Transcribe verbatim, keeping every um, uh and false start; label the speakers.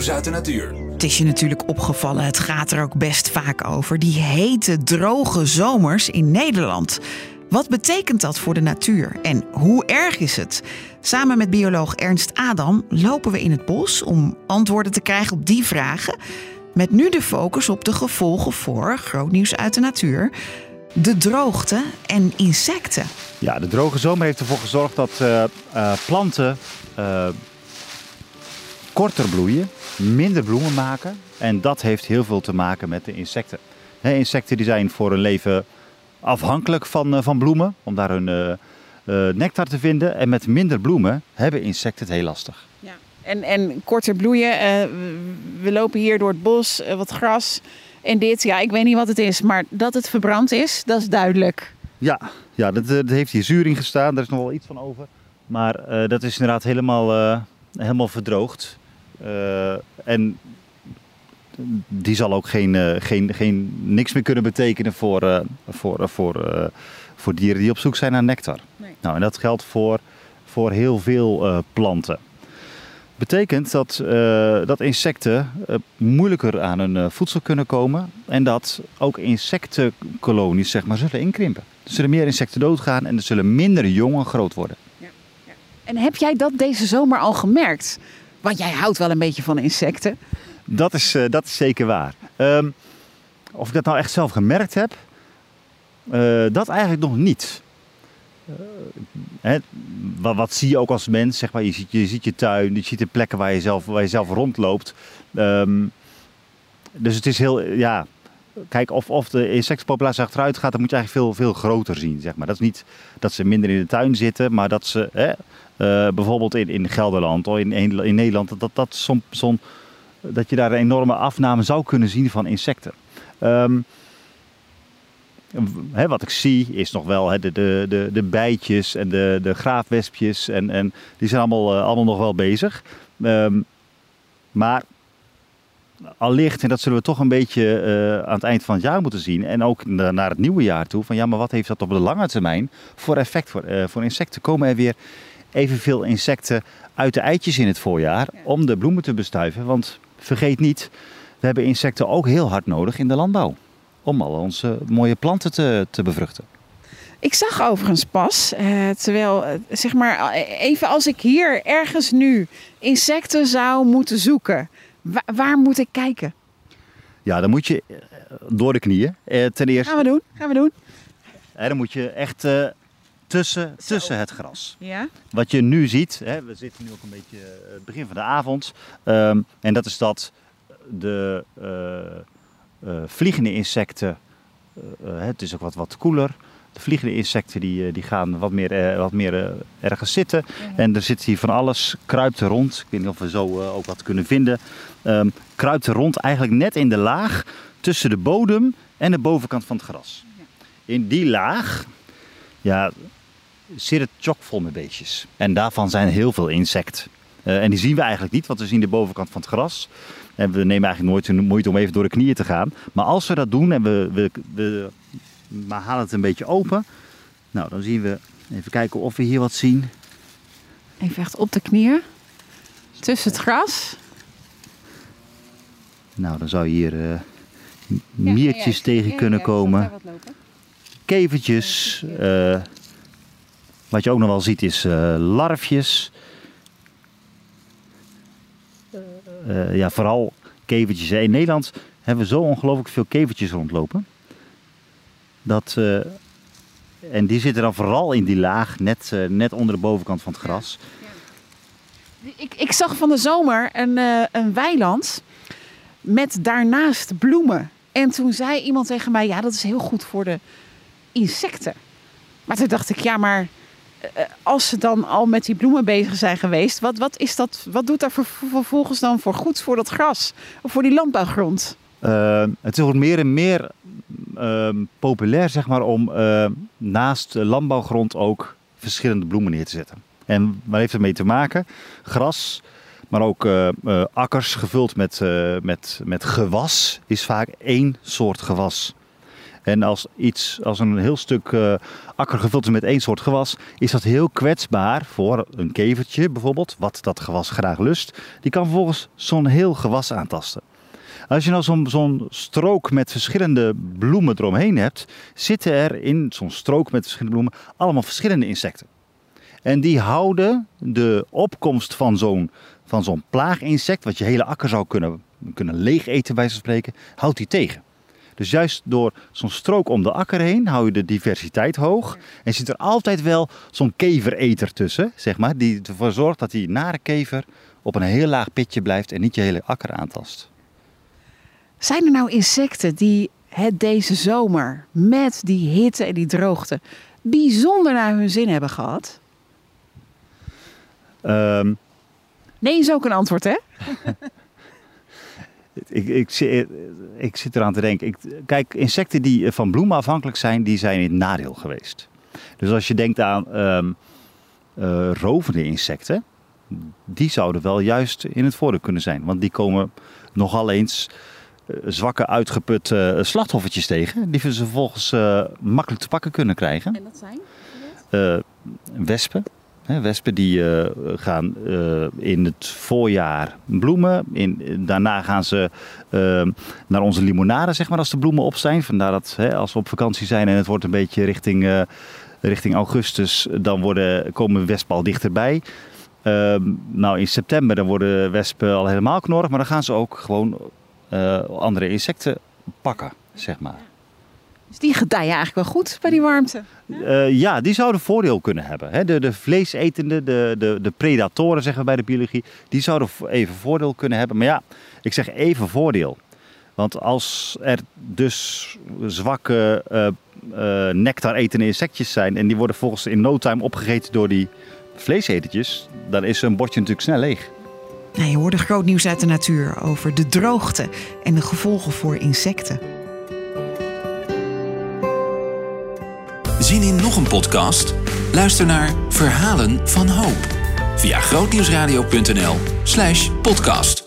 Speaker 1: Grootnieuws uit de natuur.
Speaker 2: Het is je natuurlijk opgevallen, het gaat er ook best vaak over. Die hete, droge zomers in Nederland. Wat betekent dat voor de natuur en hoe erg is het? Samen met bioloog Ernst Adam lopen we in het bos om antwoorden te krijgen op die vragen. Met nu de focus op de gevolgen voor Grootnieuws uit de natuur. De droogte en insecten.
Speaker 3: Ja, de droge zomer heeft ervoor gezorgd dat uh, uh, planten uh, korter bloeien, minder bloemen maken. En dat heeft heel veel te maken met de insecten. He, insecten die zijn voor hun leven afhankelijk van, uh, van bloemen, om daar hun uh, uh, nectar te vinden. En met minder bloemen hebben insecten het heel lastig.
Speaker 4: Ja. En, en korter bloeien, uh, we lopen hier door het bos, uh, wat gras en dit. Ja, ik weet niet wat het is, maar dat het verbrand is, dat is duidelijk.
Speaker 3: Ja, ja dat, dat heeft hier zuur in gestaan, daar is nog wel iets van over. Maar uh, dat is inderdaad helemaal, uh, helemaal verdroogd. Uh, en die zal ook geen, uh, geen, geen, niks meer kunnen betekenen voor, uh, voor, uh, voor, uh, voor dieren die op zoek zijn naar nectar. Nee. Nou, en dat geldt voor, voor heel veel uh, planten. Betekent dat, uh, dat insecten uh, moeilijker aan hun uh, voedsel kunnen komen. En dat ook insectenkolonies zeg maar, zullen inkrimpen. Er zullen meer insecten doodgaan en er zullen minder jongen groot worden.
Speaker 4: Ja, ja. En heb jij dat deze zomer al gemerkt? Want jij houdt wel een beetje van insecten.
Speaker 3: Dat is, uh, dat is zeker waar. Um, of ik dat nou echt zelf gemerkt heb, uh, dat eigenlijk nog niet. Uh, hè, wat, wat zie je ook als mens? Zeg maar, je, ziet, je ziet je tuin, je ziet de plekken waar je zelf, waar je zelf rondloopt. Um, dus het is heel, ja... Kijk, of, of de insectenpopulatie achteruit gaat, dan moet je eigenlijk veel, veel groter zien. Zeg maar. Dat is niet dat ze minder in de tuin zitten, maar dat ze hè, uh, bijvoorbeeld in, in Gelderland of in, in Nederland, dat, dat, som, som, dat je daar een enorme afname zou kunnen zien van insecten. Um, hè, wat ik zie is nog wel hè, de, de, de, de bijtjes en de, de graafwespjes en, en die zijn allemaal, uh, allemaal nog wel bezig. Um, maar... Allicht, en dat zullen we toch een beetje uh, aan het eind van het jaar moeten zien. En ook naar het nieuwe jaar toe. Van ja, maar wat heeft dat op de lange termijn voor effect voor, uh, voor insecten? Komen er weer evenveel insecten uit de eitjes in het voorjaar om de bloemen te bestuiven? Want vergeet niet, we hebben insecten ook heel hard nodig in de landbouw. Om al onze mooie planten te, te bevruchten.
Speaker 4: Ik zag overigens pas, uh, terwijl, uh, zeg maar, even als ik hier ergens nu insecten zou moeten zoeken. Waar, waar moet ik kijken?
Speaker 3: Ja, dan moet je door de knieën. Eh, ten eerste.
Speaker 4: Gaan we doen, gaan we doen.
Speaker 3: En dan moet je echt uh, tussen, tussen het gras.
Speaker 4: Ja.
Speaker 3: Wat je nu ziet, hè, we zitten nu ook een beetje uh, het begin van de avond. Um, en dat is dat de uh, uh, vliegende insecten, uh, uh, het is ook wat, wat koeler. De vliegende insecten die, die gaan wat meer, uh, wat meer uh, ergens zitten. Uh-huh. En er zit hier van alles, kruipt er rond. Ik weet niet of we zo uh, ook wat kunnen vinden. Um, kruipt er rond eigenlijk net in de laag tussen de bodem en de bovenkant van het gras. Ja. In die laag ja, zit het chockvol met beestjes. En daarvan zijn heel veel insecten. Uh, en die zien we eigenlijk niet, want we zien de bovenkant van het gras. En we nemen eigenlijk nooit de moeite om even door de knieën te gaan. Maar als we dat doen en we... we, we maar haal het een beetje open. Nou, dan zien we... Even kijken of we hier wat zien.
Speaker 4: Even echt op de knieën. Tussen het gras.
Speaker 3: Nou, dan zou je hier uh, miertjes ja, ja, ja. tegen ja, kunnen ja, komen. Kevertjes. Uh, wat je ook nog wel ziet is uh, larfjes. Uh, ja, vooral kevertjes. In Nederland hebben we zo ongelooflijk veel kevertjes rondlopen. Dat, uh, en die zitten dan vooral in die laag, net, uh, net onder de bovenkant van het gras.
Speaker 4: Ja, ja. Ik, ik zag van de zomer een, uh, een weiland met daarnaast bloemen. En toen zei iemand tegen mij, ja, dat is heel goed voor de insecten. Maar toen dacht ik, ja, maar uh, als ze dan al met die bloemen bezig zijn geweest, wat, wat, is dat, wat doet daar vervolgens dan voor goeds voor dat gras? Of voor die landbouwgrond?
Speaker 3: Uh, het wordt meer en meer uh, populair zeg maar, om uh, naast landbouwgrond ook verschillende bloemen neer te zetten. En waar heeft het mee te maken? Gras, maar ook uh, uh, akkers gevuld met, uh, met, met gewas is vaak één soort gewas. En als, iets, als een heel stuk uh, akker gevuld is met één soort gewas, is dat heel kwetsbaar voor een kevertje bijvoorbeeld, wat dat gewas graag lust. Die kan vervolgens zo'n heel gewas aantasten. Als je nou zo'n, zo'n strook met verschillende bloemen eromheen hebt, zitten er in zo'n strook met verschillende bloemen allemaal verschillende insecten. En die houden de opkomst van zo'n, van zo'n plaaginsect, wat je hele akker zou kunnen, kunnen leeg eten bij zo'n spreken, houdt die tegen. Dus juist door zo'n strook om de akker heen hou je de diversiteit hoog. En zit er altijd wel zo'n kevereter tussen, zeg maar, die ervoor zorgt dat die nare kever op een heel laag pitje blijft en niet je hele akker aantast.
Speaker 4: Zijn er nou insecten die het deze zomer met die hitte en die droogte bijzonder naar hun zin hebben gehad?
Speaker 3: Um,
Speaker 4: nee is ook een antwoord, hè?
Speaker 3: ik, ik, ik, ik zit eraan te denken. Ik, kijk, insecten die van bloemen afhankelijk zijn, die zijn in het nadeel geweest. Dus als je denkt aan um, uh, rovende insecten, die zouden wel juist in het voordeel kunnen zijn. Want die komen nogal eens uh, zwakke, uitgeputte uh, slachthoffertjes tegen, die ze vervolgens uh, makkelijk te pakken kunnen krijgen.
Speaker 4: En dat zijn?
Speaker 3: Uh, wespen. He, wespen die uh, gaan uh, in het voorjaar bloemen. In, daarna gaan ze uh, naar onze limonade, zeg maar, als de bloemen op zijn. Vandaar dat he, als we op vakantie zijn en het wordt een beetje richting, uh, richting augustus, dan worden, komen wespen al dichterbij. Uh, nou, in september dan worden wespen al helemaal knorrig, maar dan gaan ze ook gewoon uh, andere insecten pakken, zeg maar.
Speaker 4: Dus die gedijen eigenlijk wel goed bij die warmte?
Speaker 3: Uh, ja, die zouden voordeel kunnen hebben. Hè? De, de vleesetende, de, de, de predatoren zeggen we bij de biologie, die zouden even voordeel kunnen hebben. Maar ja, ik zeg even voordeel. Want als er dus zwakke uh, uh, nectar-etende insectjes zijn en die worden volgens in no time opgegeten door die vleesetertjes, dan is een bordje natuurlijk snel leeg.
Speaker 2: Nou, je hoorde groot nieuws uit de natuur over de droogte en de gevolgen voor insecten.
Speaker 1: Zin in nog een podcast? Luister naar Verhalen van Hoop via grootnieuwsradio punt n l slash podcast.